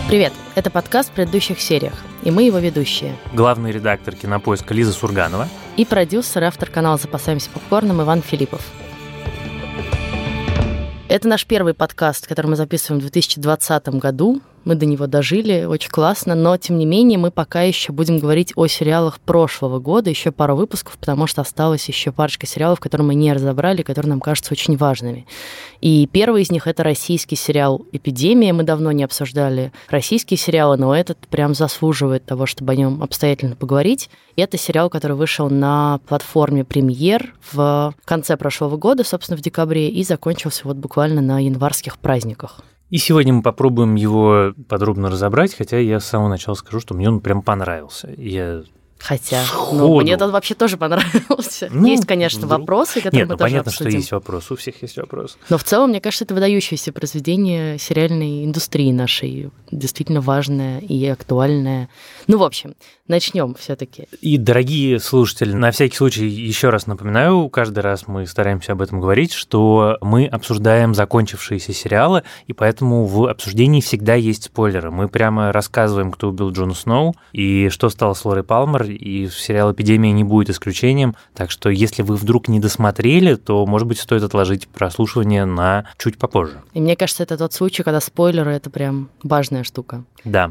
Привет! Это подкаст в предыдущих сериях, и мы его ведущие. Главный редактор «Кинопоиска» Лиза Сурганова. И продюсер и автор канала «Запасаемся попкорном» Иван Филиппов. Это наш первый подкаст, который мы записываем в 2020 году. Мы до него дожили, очень классно, но, тем не менее, мы пока еще будем говорить о сериалах прошлого года, еще пару выпусков, потому что осталось еще парочка сериалов, которые мы не разобрали, которые нам кажутся очень важными. И первый из них — это российский сериал «Эпидемия». Мы давно не обсуждали российские сериалы, но этот прям заслуживает того, чтобы о нем обстоятельно поговорить. И это сериал, который вышел на платформе «Премьер» в конце прошлого года, собственно, в декабре, и закончился вот буквально на январских праздниках. И сегодня мы попробуем его подробно разобрать, хотя я с самого начала скажу, что мне он прям понравился. Мне он вообще тоже понравился. Есть, конечно, вопросы, которые мы тоже понятно, обсудим. что есть вопросы, у всех есть вопросы. Но в целом, мне кажется, это выдающееся произведение сериальной индустрии нашей, действительно важное и актуальное. В общем, начнем все-таки. И, дорогие слушатели, на всякий случай еще раз напоминаю, каждый раз мы стараемся об этом говорить, что мы обсуждаем закончившиеся сериалы, и поэтому в обсуждении всегда есть спойлеры. Мы прямо рассказываем, кто убил Джона Сноу и что стало с Лорой Палмер, и сериал «Эпидемия» не будет исключением. Так что, если вы вдруг не досмотрели, то, может быть, стоит отложить прослушивание на чуть попозже. И мне кажется, это тот случай, когда спойлеры — это прям важная штука. Да.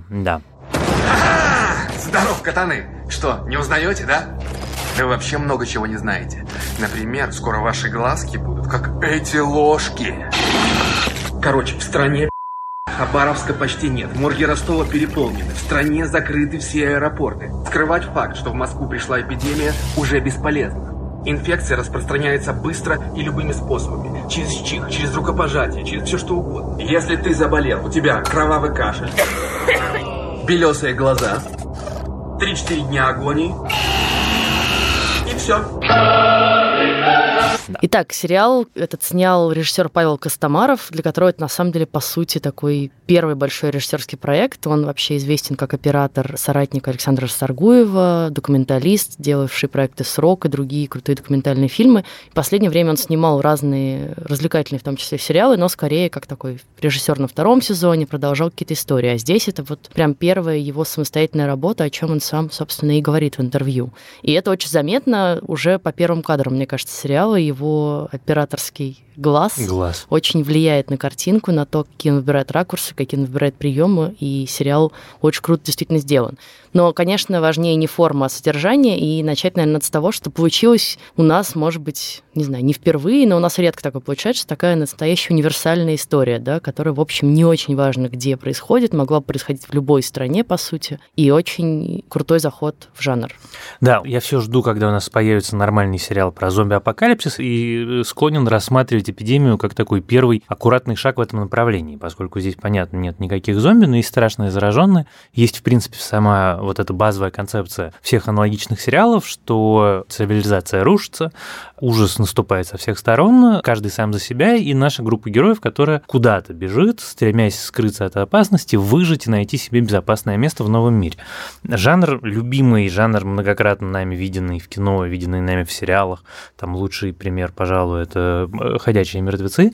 Здоров, катаны! Что, не узнаете, да? Вы вообще много чего не знаете. Например, скоро ваши глазки будут как эти ложки. Короче, в стране Хабаровска почти нет. Морги Ростова переполнены. В стране закрыты все аэропорты. Скрывать факт, что в Москву пришла эпидемия, уже бесполезно. Инфекция распространяется быстро и любыми способами. Через чих, через рукопожатие, через все что угодно. Если ты заболел, у тебя кровавый кашель, белесые глаза, 3-4 дня агонии, и все. Итак, сериал этот снял режиссер Павел Костомаров, для которого это, на самом деле, по сути, такой первый большой режиссерский проект. Он вообще известен как оператор, соратник Александра Саргуева, документалист, делавший проекты «Срок» и другие крутые документальные фильмы. В последнее время он снимал разные развлекательные, в том числе, сериалы, но скорее как такой режиссер на втором сезоне, продолжал какие-то истории. А здесь это вот прям первая его самостоятельная работа, о чем он сам, собственно, и говорит в интервью. И это очень заметно уже по первым кадрам, мне кажется, сериала. Его операторский глаз очень влияет на картинку, на то, какие он выбирает ракурсы, какие он выбирает приемы, и сериал очень круто действительно сделан. Но, конечно, важнее не форма, а содержание, и начать, наверное, надо с того, что получилось у нас, может быть, не знаю, не впервые, но у нас редко такое получается, такая настоящая универсальная история, да, которая, в общем, не очень важно, где происходит, могла бы происходить в любой стране, по сути, и очень крутой заход в жанр. Да, я все жду, когда у нас появится нормальный сериал про зомби-апокалипсис, и склонен рассматривать «Эпидемию» как такой первый аккуратный шаг в этом направлении, поскольку здесь, понятно, нет никаких зомби, но есть страшные зараженные. Есть, в принципе, сама вот эта базовая концепция всех аналогичных сериалов, что цивилизация рушится, ужас наступает со всех сторон, каждый сам за себя, и наша группа героев, которая куда-то бежит, стремясь скрыться от опасности, выжить и найти себе безопасное место в новом мире. Жанр любимый, жанр многократно нами виденный в кино, виденный нами в сериалах. Там лучший пример, пожалуй, это «Ходячие мертвецы».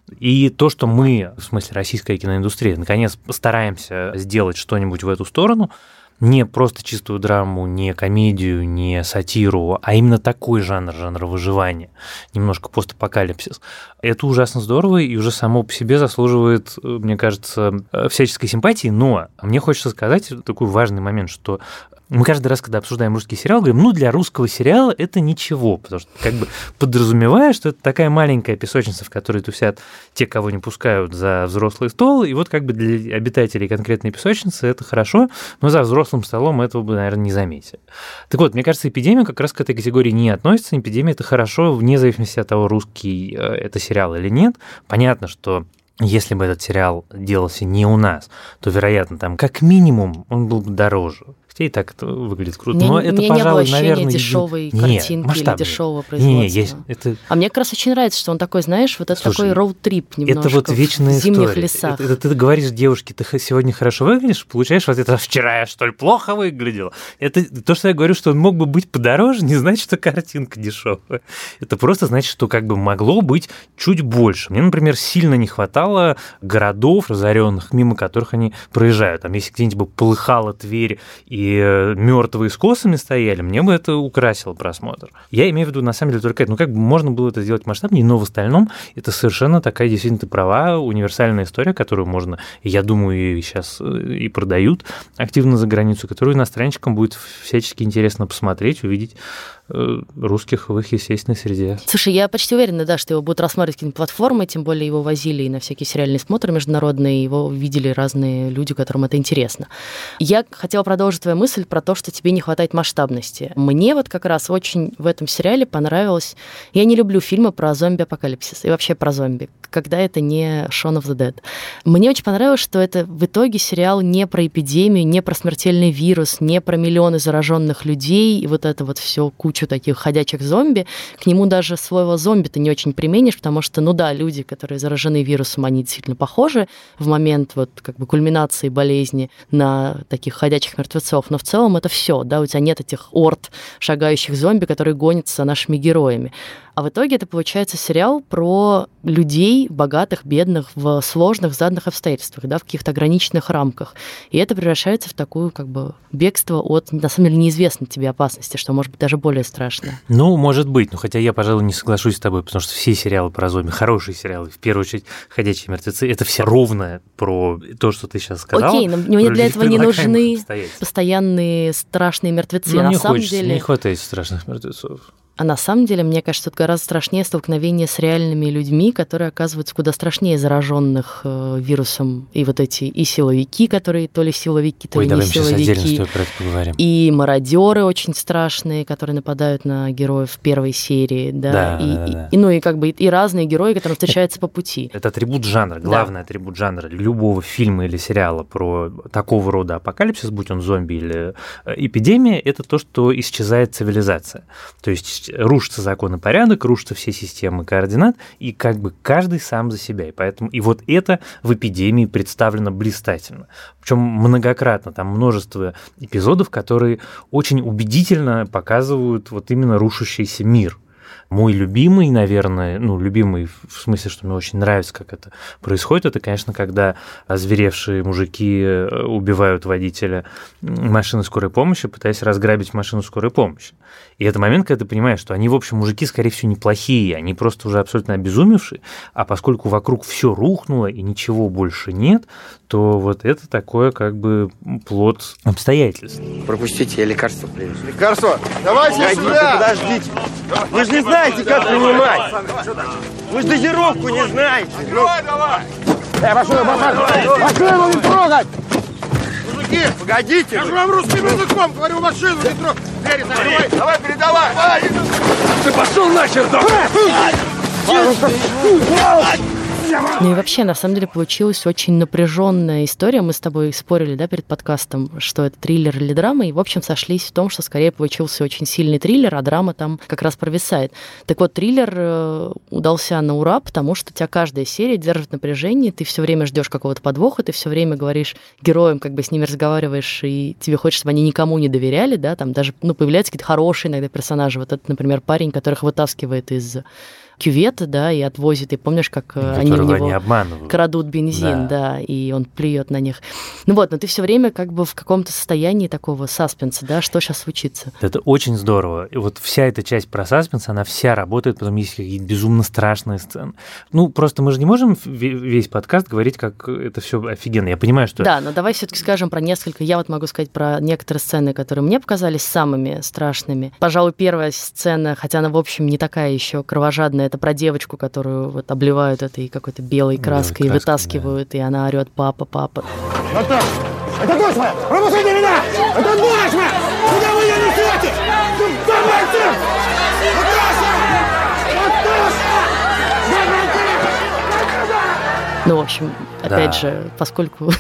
И то, что мы, в смысле российская киноиндустрия, наконец стараемся сделать что-нибудь в эту сторону, не просто чистую драму, не комедию, не сатиру, а именно такой жанр выживания, немножко постапокалипсис. Это ужасно здорово и уже само по себе заслуживает, мне кажется, всяческой симпатии, но мне хочется сказать такой важный момент, что мы каждый раз, когда обсуждаем русский сериал, говорим, для русского сериала это ничего, потому что как бы подразумевая, что это такая маленькая песочница, в которой тусят те, кого не пускают за взрослый стол, и вот как бы для обитателей конкретной песочницы это хорошо, но за взрослым столом этого бы, наверное, не заметили. Так вот, мне кажется, «Эпидемия» как раз к этой категории не относится. «Эпидемия» — это хорошо, вне зависимости от того, русский это сериал или нет. Понятно, что если бы этот сериал делался не у нас, то, вероятно, там как минимум он был бы дороже. Хотя и так это выглядит круто. Но это, мне пожалуй, не было ощущения наверное, дешевой картинки или дешевого производства. А мне как раз очень нравится, что он такой, знаешь, вот это такой роуд-трип немножко это вот вечная в зимних история. лесах. Это ты говоришь девушке, ты сегодня хорошо выглядишь, получаешь вот это «вчера я, что ли, плохо выглядел». Это то, что я говорю, что он мог бы быть подороже, не значит, что картинка дешевая. Это просто значит, что как бы могло быть чуть больше. Мне, например, сильно не хватало городов разоренных, мимо которых они проезжают. Там, если где-нибудь бы полыхала Тверь и мертвые с косами стояли, мне бы это украсило просмотр. Я имею в виду, на самом деле, только это. Как бы можно было это сделать масштабнее, но в остальном это совершенно такая, действительно, ты права, универсальная история, которую можно, я думаю, и сейчас и продают активно за границу, которую иностранщикам будет всячески интересно посмотреть, увидеть русских в их естественной среде. Слушай, я почти уверена, да, что его будут рассматривать какие-нибудь платформы, тем более его возили и на всякие сериальные смотры международные, его видели разные люди, которым это интересно. Я хотела продолжить твою мысль про то, что тебе не хватает масштабности. Мне вот как раз очень в этом сериале понравилось... Я не люблю фильмы про зомби-апокалипсис и вообще про зомби, когда это не Shaun of the Dead. Мне очень понравилось, что это в итоге сериал не про эпидемию, не про смертельный вирус, не про миллионы зараженных людей и вот это вот все кучу таких ходячих зомби. К нему даже слово «зомби» ты не очень применишь, потому что, ну да, люди, которые заражены вирусом, они действительно похожи в момент вот как бы кульминации болезни на таких ходячих мертвецов, но в целом это все, да, у тебя нет этих орд шагающих зомби, которые гонятся за нашими героями. А в итоге это получается сериал про людей, богатых, бедных, в сложных, заданных обстоятельствах, да, в каких-то ограниченных рамках. И это превращается в такую, как бы, бегство от, на самом деле, неизвестной тебе опасности, что может быть даже более страшно. Ну, может быть, но хотя я, пожалуй, не соглашусь с тобой, потому что все сериалы про зомби, хорошие сериалы, в первую очередь «Ходячие мертвецы», это все ровно про то, что ты сейчас сказала. Окей, но мне для этого не нужны постоянные страшные мертвецы. Но на мне самом хочется, деле... не хватает страшных мертвецов. А на самом деле, мне кажется, тут гораздо страшнее столкновение с реальными людьми, которые оказываются куда страшнее зараженных вирусом. И вот эти и силовики, которые то ли силовики, то ли не силовики. Ой, давай мы сейчас отдельно про это поговорим. И мародеры очень страшные, которые нападают на героев в первой серии. Да, и, ну и как бы и разные герои, которые встречаются по пути. Это атрибут жанра, главный атрибут жанра любого фильма или сериала про такого рода апокалипсис, будь он зомби или эпидемия, это то, что исчезает цивилизация. То есть рушатся закон и порядок, рушатся все системы координат, и как бы каждый сам за себя. И поэтому и вот это в эпидемии представлено блистательно. Причем многократно. Там множество эпизодов, которые очень убедительно показывают вот именно рушащийся мир. Мой любимый, наверное, любимый в смысле, что мне очень нравится, как это происходит, это, конечно, когда озверевшие мужики убивают водителя машины скорой помощи, пытаясь разграбить машину скорой помощи. И это момент, когда ты понимаешь, что они, в общем, мужики, скорее всего, неплохие, они просто уже абсолютно обезумевшие, а поскольку вокруг все рухнуло и ничего больше нет, то вот это такое как бы плод обстоятельств. Пропустите, я лекарство привез. Лекарство? Давайте сюда! Подождите. Вы же не знаете, как принимать. Вы же дозировку не знаете. Давай! Машину, машину не трогать! Мужики, погодите! Я же вам русским языком говорю, машину не трогать! Двери закрывай! Давай, передавай! Ты пошел нахер, да! Ну и вообще, на самом деле, получилась очень напряженная история. Мы с тобой спорили, да, перед подкастом, что это триллер или драма, и, в общем, сошлись в том, что скорее получился очень сильный триллер, а драма там как раз провисает. Так вот, триллер удался на ура, потому что у тебя каждая серия держит напряжение, ты все время ждешь какого-то подвоха, ты все время говоришь героям, как бы с ними разговариваешь, и тебе хочется, чтобы они никому не доверяли, да, там даже, появляются какие-то хорошие иногда персонажи. Вот этот, например, парень, которых вытаскивает из кювета, да, и отвозит, и помнишь, как они у него крадут бензин, да, и он плюет на них. Но ты все время как бы в каком-то состоянии такого саспенса, да, что сейчас случится. Это очень здорово. И вот вся эта часть про саспенс, она вся работает, потом есть какие-то безумно страшные сцены. Просто мы же не можем весь подкаст говорить, как это все офигенно. Я понимаю, что... Да, но давай все-таки скажем про несколько. Я могу сказать про некоторые сцены, которые мне показались самыми страшными. Пожалуй, первая сцена, хотя она, в общем, не такая еще кровожадная, это про девочку, которую обливают этой какой-то белой краской и вытаскивают, да. И она орет: папа, папа. Наташа, это дочь моя! Пропустите меня! Это дочь моя! Куда вы ее несете? Давайте! Наташа! В общем, опять же, поскольку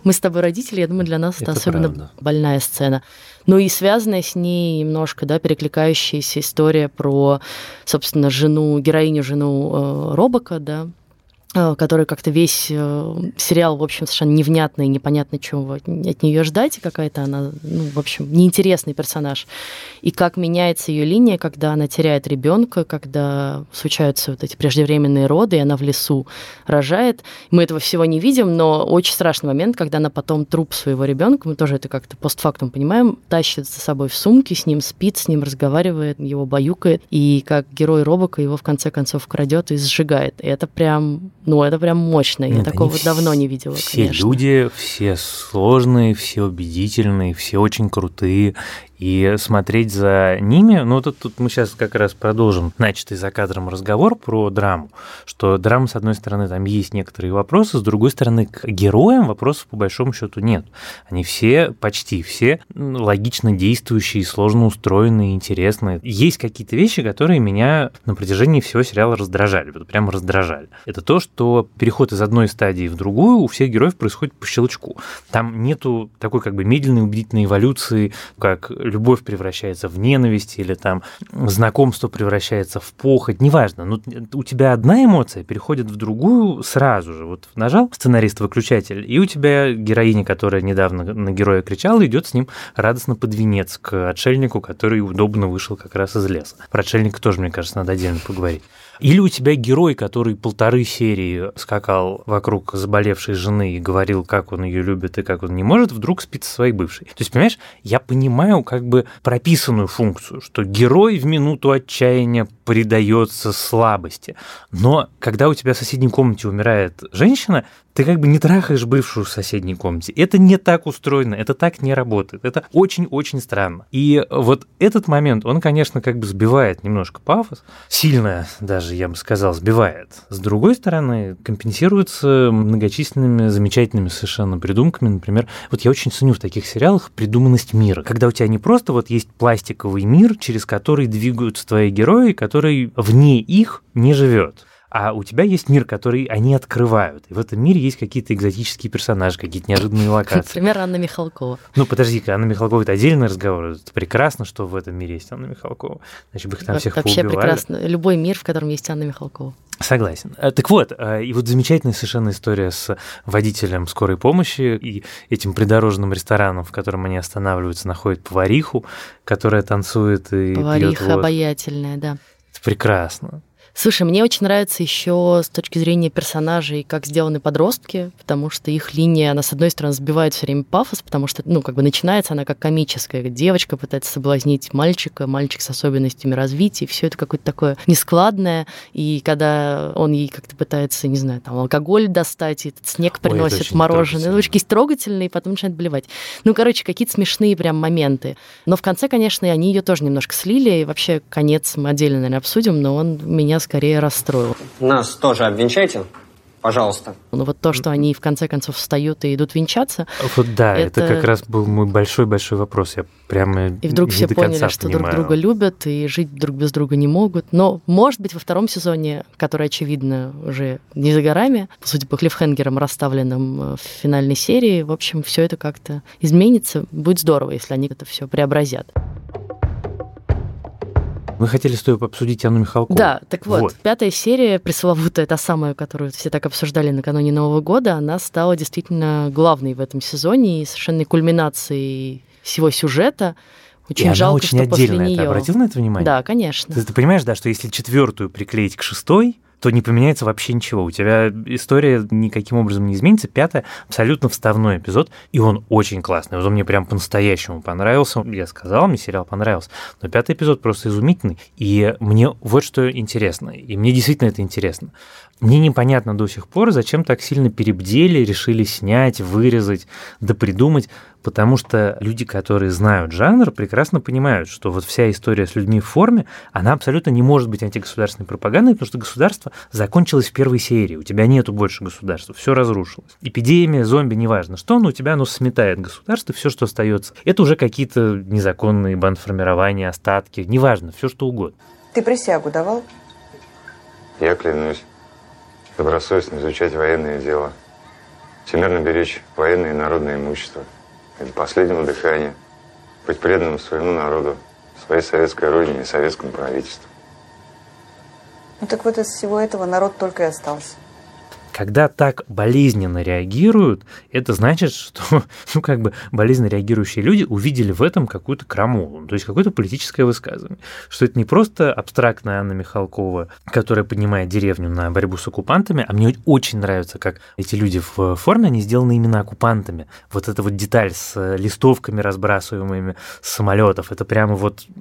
Мы с тобой родители, я думаю, для нас это особенно правда. больная сцена. Ну и связанная с ней немножко, да, перекликающаяся история про, собственно, героиню жену Робока, да, который как-то весь сериал, в общем, совершенно невнятно и непонятно, чего от нее ждать, и какая-то она, в общем, неинтересный персонаж. И как меняется ее линия, когда она теряет ребенка, когда случаются вот эти преждевременные роды, и она в лесу рожает. Мы этого всего не видим, но очень страшный момент, когда она потом труп своего ребенка, мы тоже это как-то постфактум понимаем, тащит за собой в сумке, с ним спит, с ним разговаривает, его баюкает, и как герой Робока его в конце концов крадет и сжигает. И это прям мощно. Я такого давно не видела, все конечно. Все люди, все сложные, все убедительные, все очень крутые. И смотреть за ними, тут мы сейчас как раз продолжим начатый за кадром разговор про драму, что драма, с одной стороны, там есть некоторые вопросы, с другой стороны, к героям вопросов по большому счету нет. Они все, почти все, логично действующие, сложно устроенные, интересные. Есть какие-то вещи, которые меня на протяжении всего сериала раздражали, прямо раздражали. Это то, что переход из одной стадии в другую у всех героев происходит по щелчку. Там нету такой как бы медленной, убедительной эволюции, как любовь превращается в ненависть, или там знакомство превращается в похоть, неважно. Но у тебя одна эмоция переходит в другую сразу же. Вот нажал сценарист выключатель, и у тебя героиня, которая недавно на героя кричала, идет с ним радостно под венец к отшельнику, который удобно вышел как раз из леса. Про отшельника тоже, мне кажется, надо отдельно поговорить. Или у тебя герой, который 1,5 серии скакал вокруг заболевшей жены и говорил, как он ее любит и как он не может, вдруг спит со своей бывшей. То есть, понимаешь, я понимаю как бы прописанную функцию, что герой в минуту отчаяния предается слабости. Но когда у тебя в соседней комнате умирает женщина, ты как бы не трахаешь бывшую в соседней комнате. Это не так устроено, это так не работает. Это очень-очень странно. И вот этот момент, он, конечно, как бы сбивает немножко пафос. Сильно даже, я бы сказал, сбивает. С другой стороны, компенсируется многочисленными замечательными совершенно придумками. Например, вот я очень ценю в таких сериалах придуманность мира. Когда у тебя не просто вот есть пластиковый мир, через который двигаются твои герои, который вне их не живет. А у тебя есть мир, который они открывают. И в этом мире есть какие-то экзотические персонажи, какие-то неожиданные локации. Например, Анна Михалкова. Подожди-ка, Анна Михалкова – это отдельный разговор. Это прекрасно, что в этом мире есть Анна Михалкова. Значит, бы их там всех вообще поубивали. Прекрасно. Любой мир, в котором есть Анна Михалкова. Согласен. Так вот, и вот замечательная совершенно история с водителем скорой помощи и этим придорожным рестораном, в котором они останавливаются, находят повариху, которая танцует и Повариха пьет обаятельная, да. Это прекрасно. Слушай, мне очень нравится еще с точки зрения персонажей, как сделаны подростки, потому что их линия, она, с одной стороны, сбивает все время пафос, потому что, как бы начинается она как комическая. Девочка пытается соблазнить мальчика, мальчик с особенностями развития, все это какое-то такое нескладное, и когда он ей как-то пытается, не знаю, там, алкоголь достать, и этот снег приносит, мороженое, это очень трогательно, и потом начинает блевать. Какие-то смешные прям моменты. Но в конце, конечно, они ее тоже немножко слили, и вообще конец мы отдельно, наверное, обсудим, но он меня скорее расстроил. Нас тоже обвенчайте, пожалуйста. Вот то, что они в конце концов встают и идут венчаться. Вот да, это как раз был мой большой-большой вопрос. Я прямо и вдруг все поняли, что друг друга любят и жить друг без друга не могут. Но, может быть, во втором сезоне, который, очевидно, уже не за горами, судя по клиффхенгерам, расставленным в финальной серии, в общем, все это как-то изменится. Будет здорово, если они это все преобразят. Мы хотели с тобой обсудить Анну Михалкову. Да, так вот, 5-я серия, пресловутая, та самая, которую все так обсуждали накануне Нового года, она стала действительно главной в этом сезоне и совершенно кульминацией всего сюжета. Очень жалко, очень что после отдельная. нее. Ты обратил на это внимание? Да, конечно. Ты понимаешь, да, что если 4-ю приклеить к 6-й, то не поменяется вообще ничего. У тебя история никаким образом не изменится. 5-я абсолютно вставной эпизод, и он очень классный. Вот он мне прям по-настоящему понравился. Я сказал, мне сериал понравился. Но 5-й эпизод просто изумительный. И мне вот что интересно. И мне действительно это интересно. Мне непонятно до сих пор, зачем так сильно перебдели, решили снять, вырезать, допридумать, потому что люди, которые знают жанр, прекрасно понимают, что вот вся история с людьми в форме, она абсолютно не может быть антигосударственной пропагандой, потому что государство закончилось в 1-й серии, у тебя нету больше государства, все разрушилось. Эпидемия, зомби, неважно что, но у тебя оно сметает государство, все, что остается, это уже какие-то незаконные бандформирования, остатки, неважно, все что угодно. Ты присягу давал? Я клянусь добросовестно изучать военное дело, всемерно беречь военное и народное имущество и до последнего дыхания быть преданным своему народу, своей советской родине и советскому правительству. Ну так вот из всего этого народ только и остался. Когда так болезненно реагируют, это значит, что болезненно реагирующие люди увидели в этом какую-то крамолу, то есть какое-то политическое высказывание, что это не просто абстрактная Анна Михалкова, которая поднимает деревню на борьбу с оккупантами, а мне очень нравится, как эти люди в форме, они сделаны именно оккупантами. Вот эта вот деталь с листовками, разбрасываемыми с самолетов, это прямо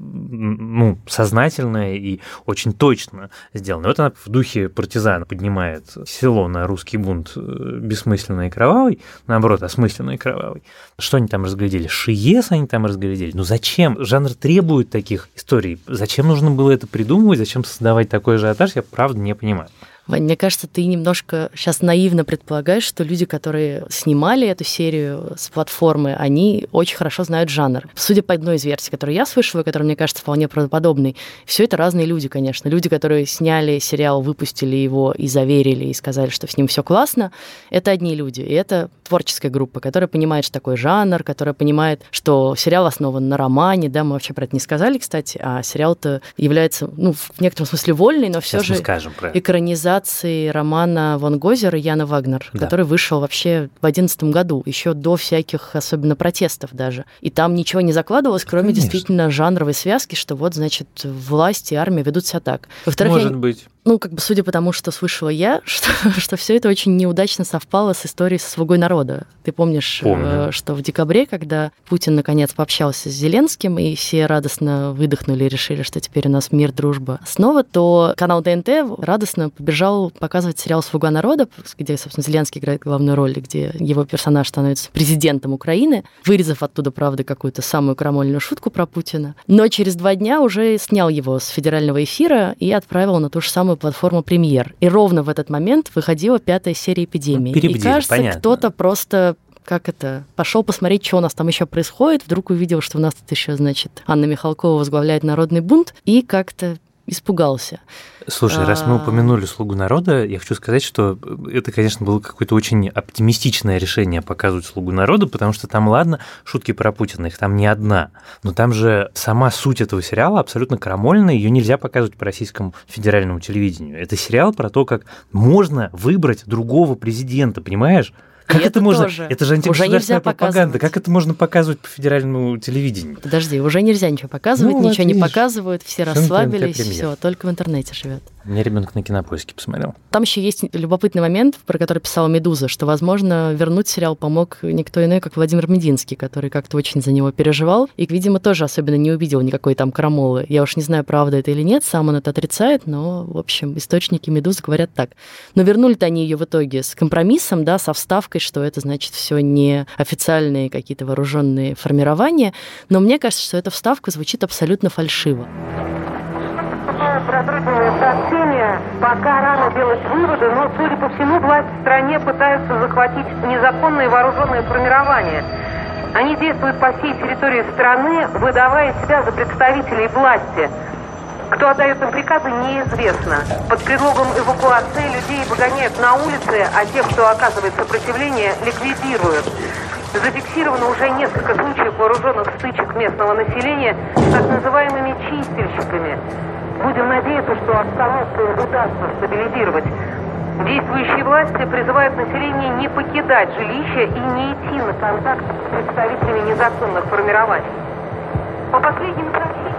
сознательно и очень точно сделано. И вот она в духе партизана поднимает село на русский бунт бессмысленный и кровавый, наоборот, осмысленный и кровавый. Что они там разглядели? Шиес они там разглядели? Ну зачем? Жанр требует таких историй. Зачем нужно было это придумывать? Зачем создавать такой ажиотаж? Я правда не понимаю. Вань, мне кажется, ты немножко сейчас наивно предполагаешь, что люди, которые снимали эту серию с платформы, они очень хорошо знают жанр. Судя по одной из версий, которую я слышала, которая, мне кажется, вполне правдоподобной, все это разные люди, конечно. Люди, которые сняли сериал, выпустили его и заверили, и сказали, что с ним все классно, это одни люди. И это творческая группа, которая понимает, что такое жанр, которая понимает, что сериал основан на романе, да, мы вообще про это не сказали, кстати, а сериал-то является, в некотором смысле вольный, но все же экранизацией романа Вон Гозера Яна Вагнер, который вышел вообще в 2011 году, еще до всяких, особенно протестов даже. И там ничего не закладывалось, кроме действительно жанровой связки, что вот, значит, власть и армия ведут себя так. Во-вторых, может быть. Судя по тому, что слышала я, что все это очень неудачно совпало с историей со «Слугой народа». Ты помнишь, что в декабре, когда Путин наконец пообщался с Зеленским, и все радостно выдохнули и решили, что теперь у нас мир, дружба снова, то канал ТНТ радостно побежал показывать сериал «Слуга народа», где, собственно, Зеленский играет главную роль, где его персонаж становится президентом Украины, вырезав оттуда, правда, какую-то самую крамольную шутку про Путина. Но через 2 дня уже снял его с федерального эфира и отправил на ту же самую платформу «Премьер». И ровно в этот момент выходила 5-я серия «Эпидемии». И кажется, кто-то просто пошел посмотреть, что у нас там еще происходит, вдруг увидел, что у нас тут еще, значит, Анна Михалкова возглавляет народный бунт, и как-то испугался. Слушай, раз мы упомянули «Слугу народа», я хочу сказать, что это, конечно, было какое-то очень оптимистичное решение показывать «Слугу народа», потому что там, ладно, шутки про Путина, их там не одна, но там же сама суть этого сериала абсолютно крамольная, ее нельзя показывать по российскому федеральному телевидению. Это сериал про то, как можно выбрать другого президента, понимаешь? Как это можно? Тоже. Это же антигосударственная пропаганда. Как это можно показывать по федеральному телевидению? Подожди, уже нельзя ничего показывать, ничего не показывают, все расслабились, все, только в интернете живет. У меня ребенок на Кинопоиске посмотрел. Там еще есть любопытный момент, про который писала «Медуза», что, возможно, вернуть сериал помог никто иной, как Владимир Мединский, который как-то очень за него переживал и, видимо, тоже особенно не увидел никакой там крамолы. Я уж не знаю, правда это или нет, сам он это отрицает, но, в общем, источники «Медузы» говорят так. Но вернули-то они ее в итоге с компромиссом, да, со вставкой, что это, значит, все не официальные какие-то вооруженные формирования, но мне кажется, что эта вставка звучит абсолютно фальшиво. Разрозненные сообщения, пока рано делать выводы, но, судя по всему, власть в стране пытаются захватить незаконные вооруженные формирования. Они действуют по всей территории страны, выдавая себя за представителей власти. Кто отдает им приказы, неизвестно. Под предлогом эвакуации людей выгоняют на улицы, а тех, кто оказывает сопротивление, ликвидируют. Зафиксировано уже несколько случаев вооруженных стычек местного населения с так называемыми чистильщиками. Будем надеяться, что обстановку удастся стабилизировать. Действующие власти призывают население не покидать жилища и не идти на контакт с представителями незаконных формирований. По последним сообщениям...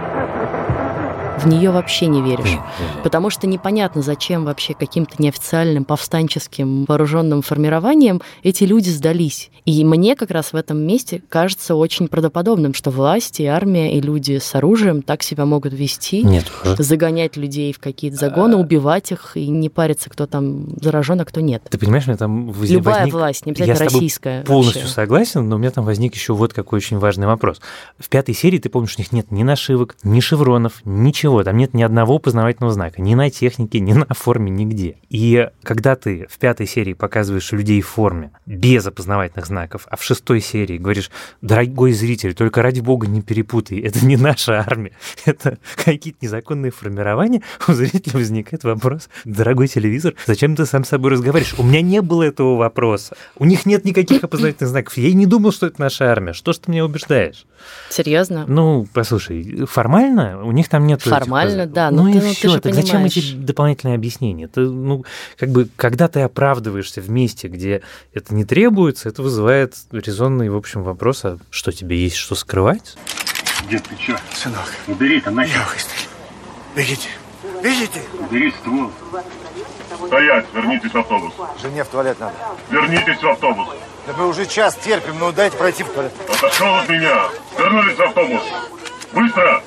В нее вообще не веришь, потому что непонятно, зачем вообще каким-то неофициальным повстанческим вооруженным формированием эти люди сдались. И мне как раз в этом месте кажется очень правдоподобным, что власти, армия и люди с оружием так себя могут вести, загонять людей в какие-то загоны, убивать их и не париться, кто там заражен, а кто нет. Ты понимаешь, у меня там любая власть, не обязательно российская. Я полностью вообще согласен, но у меня там возник еще вот какой очень важный вопрос. В 5-й серии, ты помнишь, у них нет ни нашивок, ни шевронов, ничего. ничего, там нет ни одного познавательного знака, ни на технике, ни на форме, нигде. И когда ты в 5-й серии показываешь людей в форме без опознавательных знаков, а в 6-й серии говоришь: дорогой зритель, только ради бога не перепутай, это не наша армия, это какие-то незаконные формирования, у зрителя возникает вопрос: дорогой телевизор, зачем ты сам с собой разговариваешь? У меня не было этого вопроса. У них нет никаких опознавательных знаков. Я и не думал, что это наша армия. Что ж ты меня убеждаешь? Серьезно? Ну, послушай, формально у них там нет... Формально, да. Ну и ты все. же Так понимаешь. зачем эти дополнительные объяснения? Это, ну, как бы, когда ты оправдываешься в месте, где это не требуется, это вызывает резонный, в общем, вопрос: а что, тебе есть что скрывать? Дед, ты чё? Сынок. Убери там нахер. Бегите. Бегите. Убери ствол. Стоять, вернитесь в автобус. Жене в туалет надо. Вернитесь в автобус. Да мы уже час терпим, но дайте пройти в туалет. Отошел от меня. Вернулись в автобус. Быстро!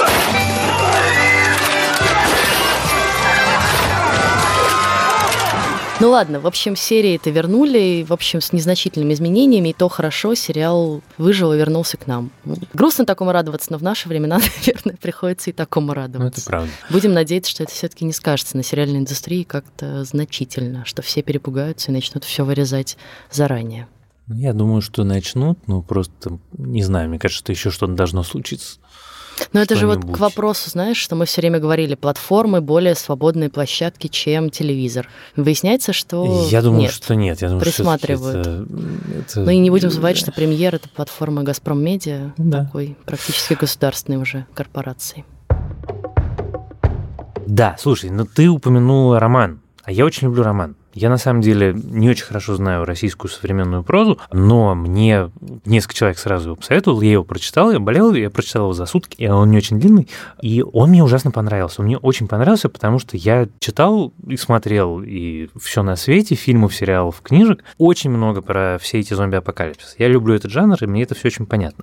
Ну ладно, в общем, серии-то вернули, в общем, с незначительными изменениями, и то хорошо, сериал выжил и вернулся к нам. Грустно такому радоваться, но в наши времена, наверное, приходится и такому радоваться. Ну, это правда. Будем надеяться, что это все-таки не скажется на сериальной индустрии как-то значительно, что все перепугаются и начнут все вырезать заранее. Я думаю, что начнут, ну, просто, не знаю, мне кажется, что еще что-то должно случиться. Но это же вот к вопросу, знаешь, что мы все время говорили: платформы более свободные площадки, чем телевизор. Выясняется, что я думаю, нет, что нет. Я думаю, присматривают. Это... Ну и не будем забывать, что Премьер — это платформа «Газпром Медиа», да. такой практически государственной уже корпорации. Да, слушай, ну ты упомянула роман, а я очень люблю роман. Я, на самом деле, не очень хорошо знаю российскую современную прозу, но мне несколько человек сразу его посоветовал, я его прочитал, я болел, я прочитал его за сутки, и он не очень длинный, и он мне ужасно понравился. Он мне очень понравился, потому что я читал и смотрел и все на свете, фильмов, сериалов, книжек, очень много про все эти зомби-апокалипсисы. Я люблю этот жанр, и мне это все очень понятно.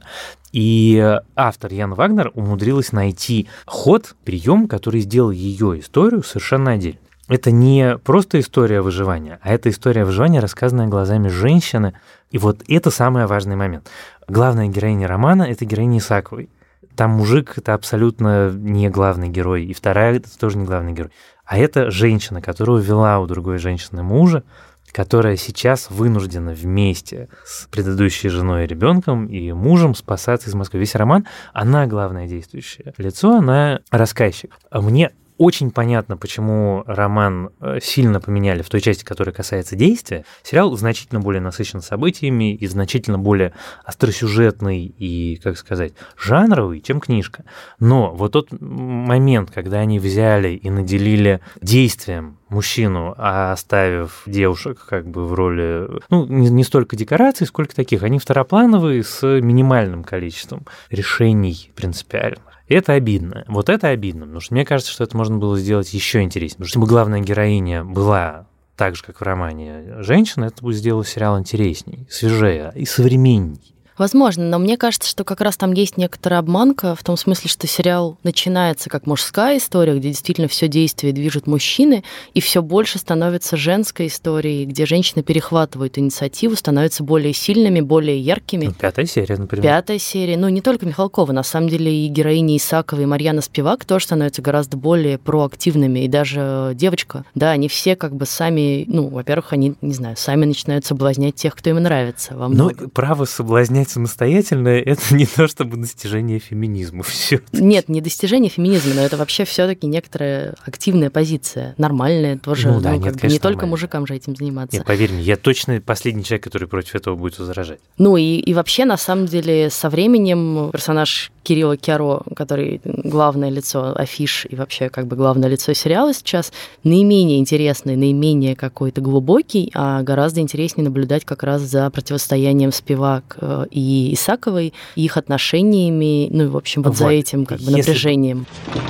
И автор Ян Вагнер умудрилась найти ход, прием, который сделал ее историю совершенно отдельно. Это не просто история выживания, а это история выживания, рассказанная глазами женщины. И вот это самый важный момент. Главная героиня романа – это героиня Исаковой. Там мужик – это абсолютно не главный герой, и вторая – это тоже не главный герой. А это женщина, которая увела у другой женщины мужа, которая сейчас вынуждена вместе с предыдущей женой и ребенком и мужем спасаться из Москвы. Весь роман, она главное действующее лицо, она рассказчик. А мне очень понятно, почему роман сильно поменяли в той части, которая касается действия. Сериал значительно более насыщен событиями и значительно более остросюжетный и, как сказать, жанровый, чем книжка. Но вот тот момент, когда они взяли и наделили действием мужчину, оставив девушек как бы в роли, ну, не столько декораций, сколько таких, они второплановые с минимальным количеством решений принципиальных. Это обидно. Вот это обидно, потому что мне кажется, что это можно было сделать еще интереснее. Потому что если бы главная героиня была так же, как в романе, женщина, это бы сделало сериал интересней, свежее и современней. Возможно, но мне кажется, что как раз там есть некоторая обманка, в том смысле, что сериал начинается как мужская история, где действительно все действие движут мужчины, и все больше становится женской историей, где женщины перехватывают инициативу, становятся более сильными, более яркими. 5-я серия, например. 5-я серия. Ну, не только Михалкова, на самом деле и героини Исаковой, и Марьяна Спивак тоже становятся гораздо более проактивными, и даже девочка. Да, они все как бы сами, ну, во-первых, они, не знаю, сами начинают соблазнять тех, кто им нравится. Но право соблазнять самостоятельно — это не то чтобы достижение феминизма. Всё. Нет, не достижение феминизма, но это вообще все-таки некоторая активная позиция, нормальная тоже. Ну, да, нет, конечно, не только мужикам же этим заниматься. Нет, поверь мне, я точно последний человек, который против этого будет возражать. Ну и вообще, на самом деле, со временем персонаж Кирилла Кяро, который главное лицо афиш и вообще как бы главное лицо сериала сейчас, наименее интересный, наименее какой-то глубокий, а гораздо интереснее наблюдать как раз за противостоянием Спивак и Исаковой, их отношениями, ну и, в общем, вот за этим как бы напряжением.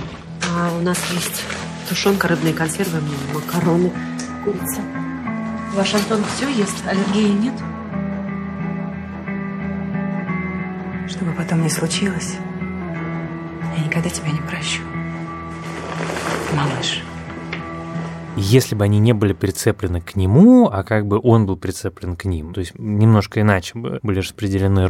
А у нас есть тушенка, рыбные консервы, макароны, курица. Ваш Антон все ест? Аллергии нет? Что бы потом ни случилось, я никогда тебя не прощу, малыш. Если бы они не были прицеплены к нему, а как бы он был прицеплен к ним, то есть немножко иначе бы были распределены роли,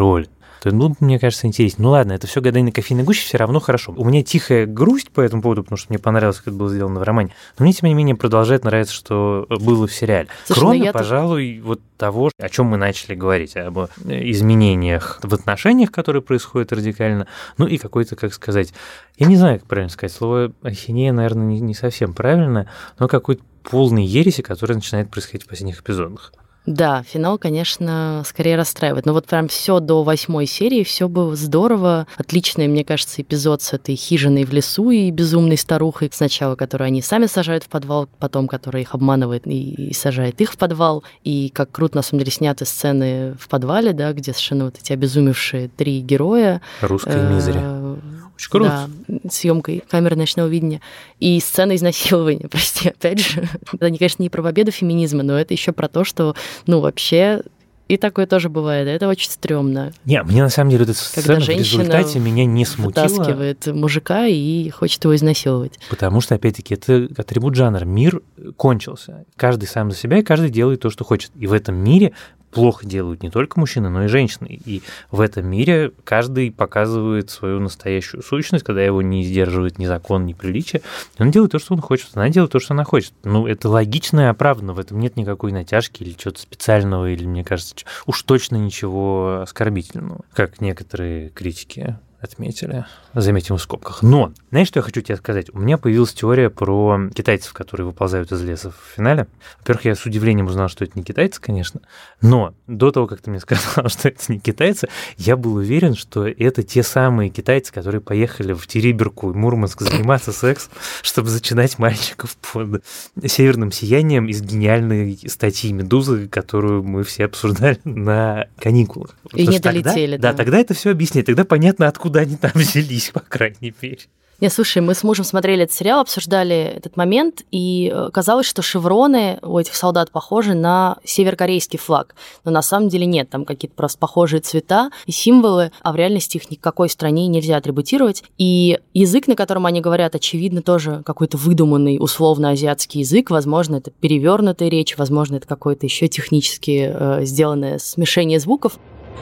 то это было бы, мне кажется, интереснее. Ну ладно, это все гадание на кофейной гуще, все равно хорошо. У меня тихая грусть по этому поводу, потому что мне понравилось, как это было сделано в романе. Но мне, тем не менее, продолжает нравиться, что было в сериале. Слушай, кроме, пожалуй, вот того, о чем мы начали говорить, об изменениях в отношениях, которые происходят радикально, ну и какой-то, как сказать, я не знаю, как правильно сказать, слово ахинея, наверное, не совсем правильное, но какой-то полной ереси, которая начинает происходить в последних эпизодах. Да, финал, конечно, скорее расстраивает. Но вот прям все до 8 серии, все было здорово. Отличный, мне кажется, эпизод с этой хижиной в лесу и безумной старухой. Сначала, которую они сами сажают в подвал, потом, которая их обманывает и сажает их в подвал. И как круто, на самом деле, сняты сцены в подвале, да, где совершенно вот эти обезумевшие 3 героя. Русская мизери. Очень круто. Да, съемкой камеры ночного видения. И сцена изнасилования, прости, опять же. Они, конечно, не про победу феминизма, но это еще про то, что, ну, вообще, и такое тоже бывает. Это очень стрёмно. Не, мне на самом деле эта сцена в результате меня не смутила. Вытаскивает мужика и хочет его изнасиловать. Потому что, опять-таки, это атрибут жанра. Мир кончился. Каждый сам за себя, и каждый делает то, что хочет. И в этом мире плохо делают не только мужчины, но и женщины. И в этом мире каждый показывает свою настоящую сущность, когда его не сдерживает ни закон, ни приличие. Он делает то, что он хочет, она делает то, что она хочет. Ну, это логично и оправданно, в этом нет никакой натяжки или чего-то специального, или, мне кажется, уж точно ничего оскорбительного, как некоторые критики отметили, заметим в скобках. Но, знаешь, что я хочу тебе сказать? У меня появилась теория про китайцев, которые выползают из леса в финале. Во-первых, я с удивлением узнал, что это не китайцы, конечно, но до того, как ты мне сказал, что это не китайцы, я был уверен, что это те самые китайцы, которые поехали в Териберку и Мурманск заниматься сексом, чтобы зачинать мальчиков под северным сиянием из гениальной статьи «Медузы», которую мы все обсуждали на каникулах. И не долетели. Да, тогда это все объясняет, тогда понятно, откуда они там взялись, по крайней мере. Не, слушай, мы с мужем смотрели этот сериал, обсуждали этот момент, и казалось, что шевроны у этих солдат похожи на северокорейский флаг. Но на самом деле нет, там какие-то просто похожие цвета и символы, а в реальности их ни к какой стране нельзя атрибутировать. И язык, на котором они говорят, очевидно, тоже какой-то выдуманный, условно-азиатский язык. Возможно, это перевернутая речь, возможно, это какое-то еще технически сделанное смешение звуков.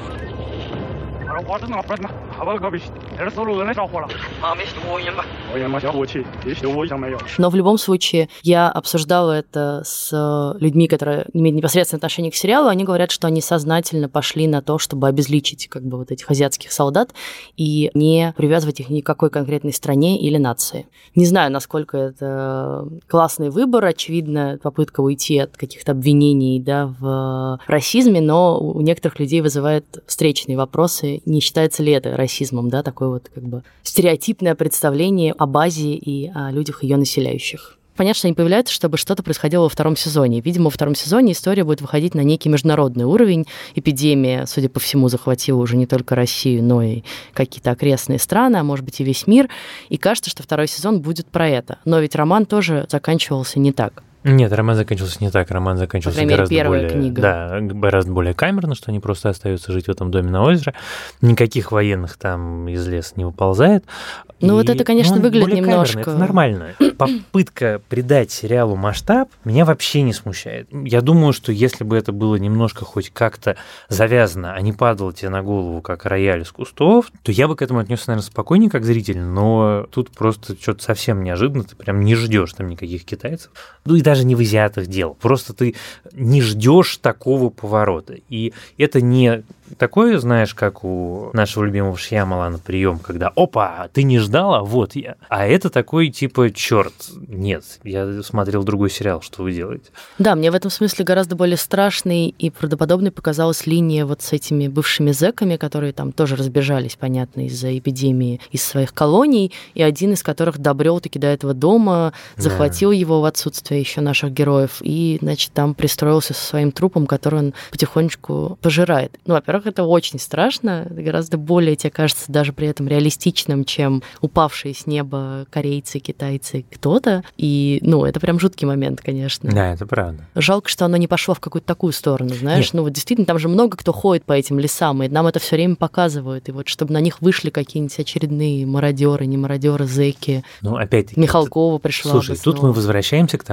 Но в любом случае, я обсуждала это с людьми, которые имеют непосредственное отношение к сериалу. Они говорят, что они сознательно пошли на то, чтобы обезличить как бы вот этих азиатских солдат и не привязывать их ни к какой конкретной стране или нации. Не знаю, насколько это классный выбор. Очевидно, попытка уйти от каких-то обвинений, да, в расизме, но у некоторых людей вызывает встречные вопросы. Не считается ли это расизмом, да, такое вот как бы стереотипное представление об Азии и о людях, ее населяющих? Понятно, что они появляются, чтобы что-то происходило во втором сезоне. Видимо, во втором сезоне история будет выходить на некий международный уровень. Эпидемия, судя по всему, захватила уже не только Россию, но и какие-то окрестные страны, а может быть и весь мир. И кажется, что второй сезон будет про это. Но ведь роман тоже заканчивался не так. Нет, роман закончился не так. Роман закончился гораздо более, книга. Да, гораздо более камерно, что они просто остаются жить в этом доме на озере. Никаких военных там из леса не выползает. Ну вот это, конечно, выглядит немножко... Это нормально. Попытка придать сериалу масштаб меня вообще не смущает. Я думаю, что если бы это было немножко хоть как-то завязано, а не падало тебе на голову, как рояль из кустов, то я бы к этому отнесся, наверное, спокойнее, как зритель, но тут просто что-то совсем неожиданно, ты прям не ждешь там никаких китайцев. Ну и даже не в изъятых дел. Просто ты не ждешь такого поворота. И это не такое, знаешь, как у нашего любимого Шьямалана прием, когда опа, ты не ждала, вот я. А это такой типа, черт, нет, я смотрел другой сериал, что вы делаете. Да, мне в этом смысле гораздо более страшной и правдоподобной показалась линия вот с этими бывшими зэками, которые там тоже разбежались, понятно, из-за эпидемии из своих колоний, и один из которых добрел-таки до этого дома, захватил его в отсутствие еще наших героев, и, значит, там пристроился со своим трупом, который он потихонечку пожирает. Ну, во-первых, это очень страшно, это гораздо более, тебе кажется, даже при этом реалистичным, чем упавшие с неба корейцы, китайцы, кто-то. И, ну, это прям жуткий момент, конечно. Да, это правда. Жалко, что оно не пошло в какую-то такую сторону, знаешь. Нет. Ну, вот действительно, там же много кто ходит по этим лесам, и нам это все время показывают. И вот чтобы на них вышли какие-нибудь очередные мародеры, не мародеры, зэки. Ну, опять-таки. Михалкова пришла. Слушай, тут мы возвращаемся к тому, с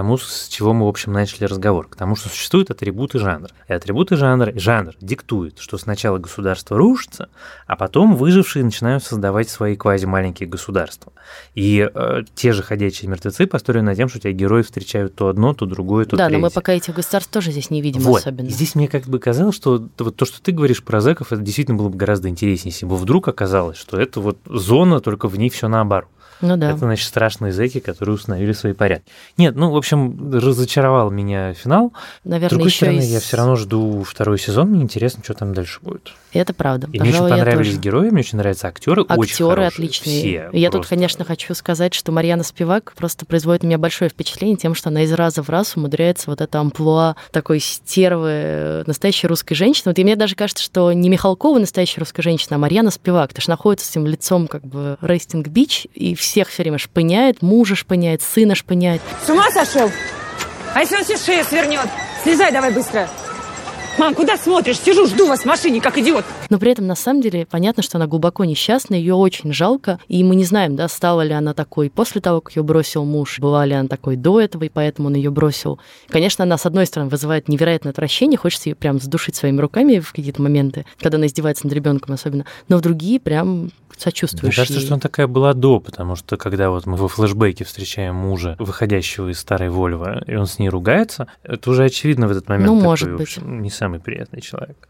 с чего мы, в общем, начали разговор, к тому, что существуют атрибуты жанра. И атрибуты жанр диктует, что сначала государство рушится, а потом выжившие начинают создавать свои квази-маленькие государства. И те же «Ходячие мертвецы» построены на тем, что у тебя герои встречают то одно, то другое, то третье. Да, но мы пока этих государств тоже здесь не видим особенно. И здесь мне как бы казалось, что вот то, что ты говоришь про зэков, это действительно было бы гораздо интереснее, если бы вдруг оказалось, что это вот зона, только в ней все наоборот. Ну да. Это, значит, страшные зэки, которые установили свои порядки. Нет, в общем, разочаровал меня финал. Наверное, с другой стороны, я все равно жду второй сезон, мне интересно, что там дальше будет. Это правда. И мне очень понравились герои, мне очень нравятся актеры, очень хорошие. Отличные. Все я тут, конечно, хочу сказать, что Марьяна Спивак просто производит у меня большое впечатление тем, что она из раза в раз умудряется вот это амплуа такой стервы, настоящей русской женщины. Вот и мне даже кажется, что не Михалкова настоящая русская женщина, а Марьяна Спивак, потому что находится с этим лицом как бы рестинг-бич, и всех все время шпыняет, мужа шпыняет, сына шпыняет. С ума сошел? А если он себе шею свернет? Слезай давай быстро. Мам, куда смотришь? Сижу, жду вас в машине, как идиот. Но при этом, на самом деле, понятно, что она глубоко несчастна, ее очень жалко, и мы не знаем, да, стала ли она такой после того, как ее бросил муж, была ли она такой до этого, и поэтому он ее бросил. Конечно, она, с одной стороны, вызывает невероятное отвращение, хочется ее прям задушить своими руками в какие-то моменты, когда она издевается над ребенком особенно, но в другие прям сочувствуешь. Мне кажется, что она такая была до, потому что когда вот мы во флешбеке встречаем мужа, выходящего из старой Вольво, и он с ней ругается, это уже очевидно в этот момент. Ну, такой, может быть. в общем, не самый приятный человек.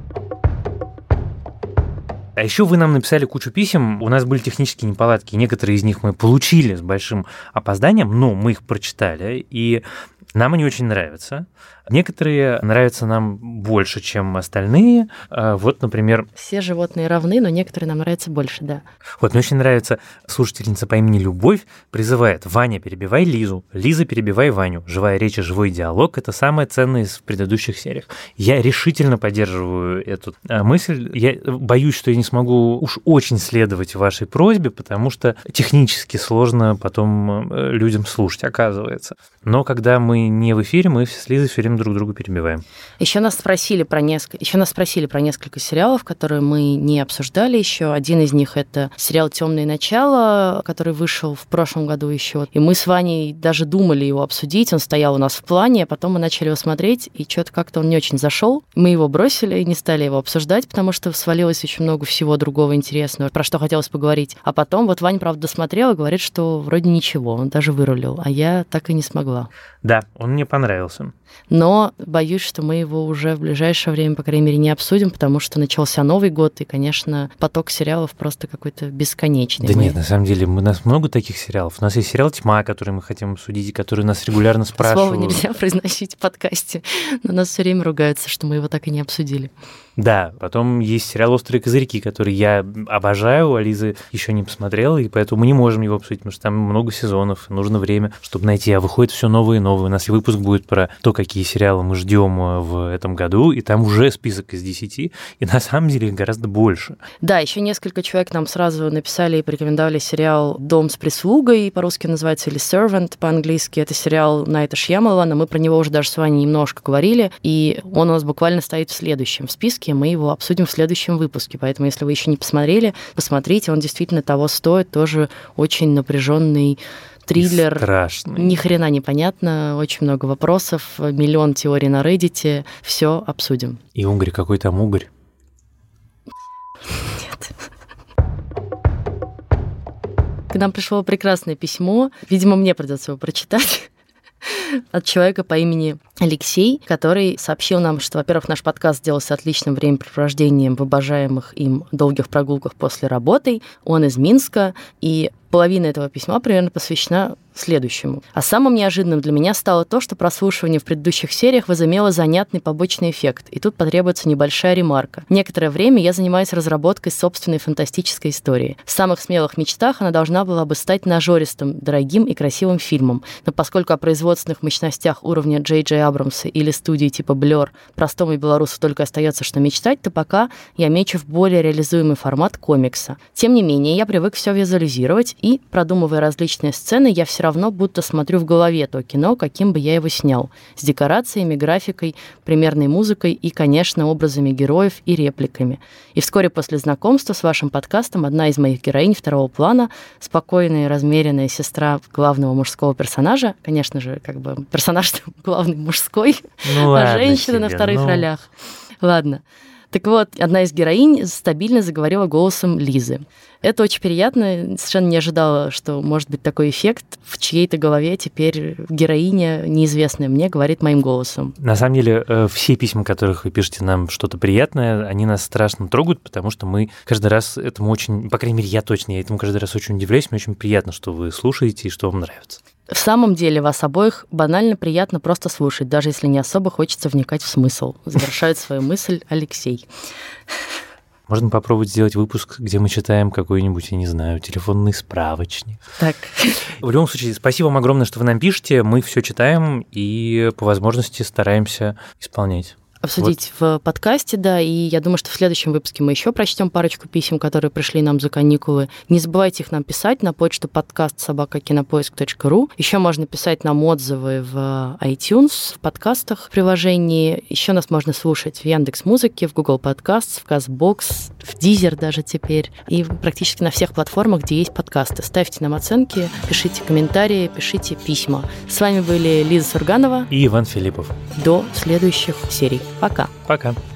А еще вы нам написали кучу писем, у нас были технические неполадки, некоторые из них мы получили с большим опозданием, но мы их прочитали, и нам они очень нравятся. Некоторые нравятся нам больше, чем остальные. Вот, например... Все животные равны, но некоторые нам нравятся больше, да. Вот, мне очень нравится слушательница по имени Любовь, призывает: Ваня, перебивай Лизу, Лиза, перебивай Ваню. Живая речь и живой диалог – это самое ценное из предыдущих сериях. Я решительно поддерживаю эту мысль. Я боюсь, что я не смогу уж очень следовать вашей просьбе, потому что технически сложно потом людям слушать, оказывается. Но когда мы не в эфире, мы с Лизой все время друг друга перебиваем. Еще нас спросили про несколько сериалов, которые мы не обсуждали еще. Один из них — это сериал «Темные начала», который вышел в прошлом году еще. И мы с Ваней даже думали его обсудить. Он стоял у нас в плане, а потом мы начали его смотреть, и что-то как-то он не очень зашел. Мы его бросили и не стали его обсуждать, потому что свалилось очень много всего другого интересного, про что хотелось поговорить. А потом вот Ваня, правда, досмотрел и говорит, что вроде ничего, он даже вырулил, а я так и не смогла. Да, он мне понравился. Но боюсь, что мы его уже в ближайшее время, по крайней мере, не обсудим, потому что начался Новый год, и, конечно, поток сериалов просто какой-то бесконечный. Да нет, на самом деле, у нас много таких сериалов. У нас есть сериал «Тьма», который мы хотим обсудить, и который нас регулярно спрашивают. Слово нельзя произносить в подкасте, но нас все время ругаются, что мы его так и не обсудили. Да, потом есть сериал «Острые козырьки», который я обожаю, а Лиза еще не посмотрела, и поэтому мы не можем его обсудить, потому что там много сезонов, нужно время, чтобы найти, а выходит все новые и новые. У нас выпуск будет про то, какие сериалы мы ждем в этом году, и там уже список из 10, и на самом деле их гораздо больше. Да, еще несколько человек нам сразу написали и порекомендовали сериал «Дом с прислугой», по-русски называется, или «Servant» по-английски. Это сериал Найта Шьямалана, мы про него уже даже с вами немножко говорили, и он у нас буквально стоит в следующем списке. Мы его обсудим в следующем выпуске, поэтому если вы еще не посмотрели, посмотрите, он действительно того стоит, тоже очень напряженный триллер. Страшный. Ни хрена непонятно, очень много вопросов, миллион теорий на Reddit, все обсудим. И угорь, какой там угорь? Нет. К нам пришло прекрасное письмо, видимо, мне придется его прочитать. От человека по имени Алексей, который сообщил нам, что, во-первых, наш подкаст сделался отличным времяпрепровождением в обожаемых им долгих прогулках после работы. Он из Минска, и половина этого письма примерно посвящена следующему. А самым неожиданным для меня стало то, что прослушивание в предыдущих сериях возымело занятный побочный эффект. И тут потребуется небольшая ремарка. Некоторое время я занимаюсь разработкой собственной фантастической истории. В самых смелых мечтах она должна была бы стать нажористым, дорогим и красивым фильмом. Но поскольку о производственных мощностях уровня Джей Джей Абрамса или студии типа Blur простому белорусу только остается что мечтать, то пока я мечу в более реализуемый формат комикса. Тем не менее, я привык все визуализировать, и, продумывая различные сцены, я все равно будто смотрю в голове то кино, каким бы я его снял. С декорациями, графикой, примерной музыкой и, конечно, образами героев и репликами. И вскоре после знакомства с вашим подкастом одна из моих героинь второго плана, спокойная и размеренная сестра главного мужского персонажа, конечно же, как бы персонаж главный мужской, Ну, а женщина на вторых ролях. Ладно. Так вот, одна из героинь стабильно заговорила голосом Лизы. Это очень приятно. Совершенно не ожидала, что может быть такой эффект. В чьей-то голове теперь героиня, неизвестная мне, говорит моим голосом. На самом деле, все письма, в которых вы пишете нам что-то приятное, они нас страшно трогают, потому что мы каждый раз этому очень, по крайней мере, я точно, я этому каждый раз очень удивляюсь. Мне очень приятно, что вы слушаете и что вам нравится. В самом деле, вас обоих банально приятно просто слушать, даже если не особо хочется вникать в смысл. Завершает свою мысль Алексей. Можно попробовать сделать выпуск, где мы читаем какой-нибудь, я не знаю, телефонный справочник. Так. В любом случае, спасибо вам огромное, что вы нам пишете. Мы все читаем и по возможности стараемся исполнять. Обсудить в подкасте, да, и я думаю, что в следующем выпуске мы еще прочтем парочку писем, которые пришли нам за каникулы. Не забывайте их нам писать на почту podcast@kinopoisk.ru. Еще можно писать нам отзывы в iTunes, в подкастах, в приложении. Еще нас можно слушать в Яндекс.Музыке, в Google Podcasts, в CastBox, в Deezer даже теперь, и практически на всех платформах, где есть подкасты. Ставьте нам оценки, пишите комментарии, пишите письма. С вами были Лиза Сурганова и Иван Филиппов. До следующих серий. Пока. Пока.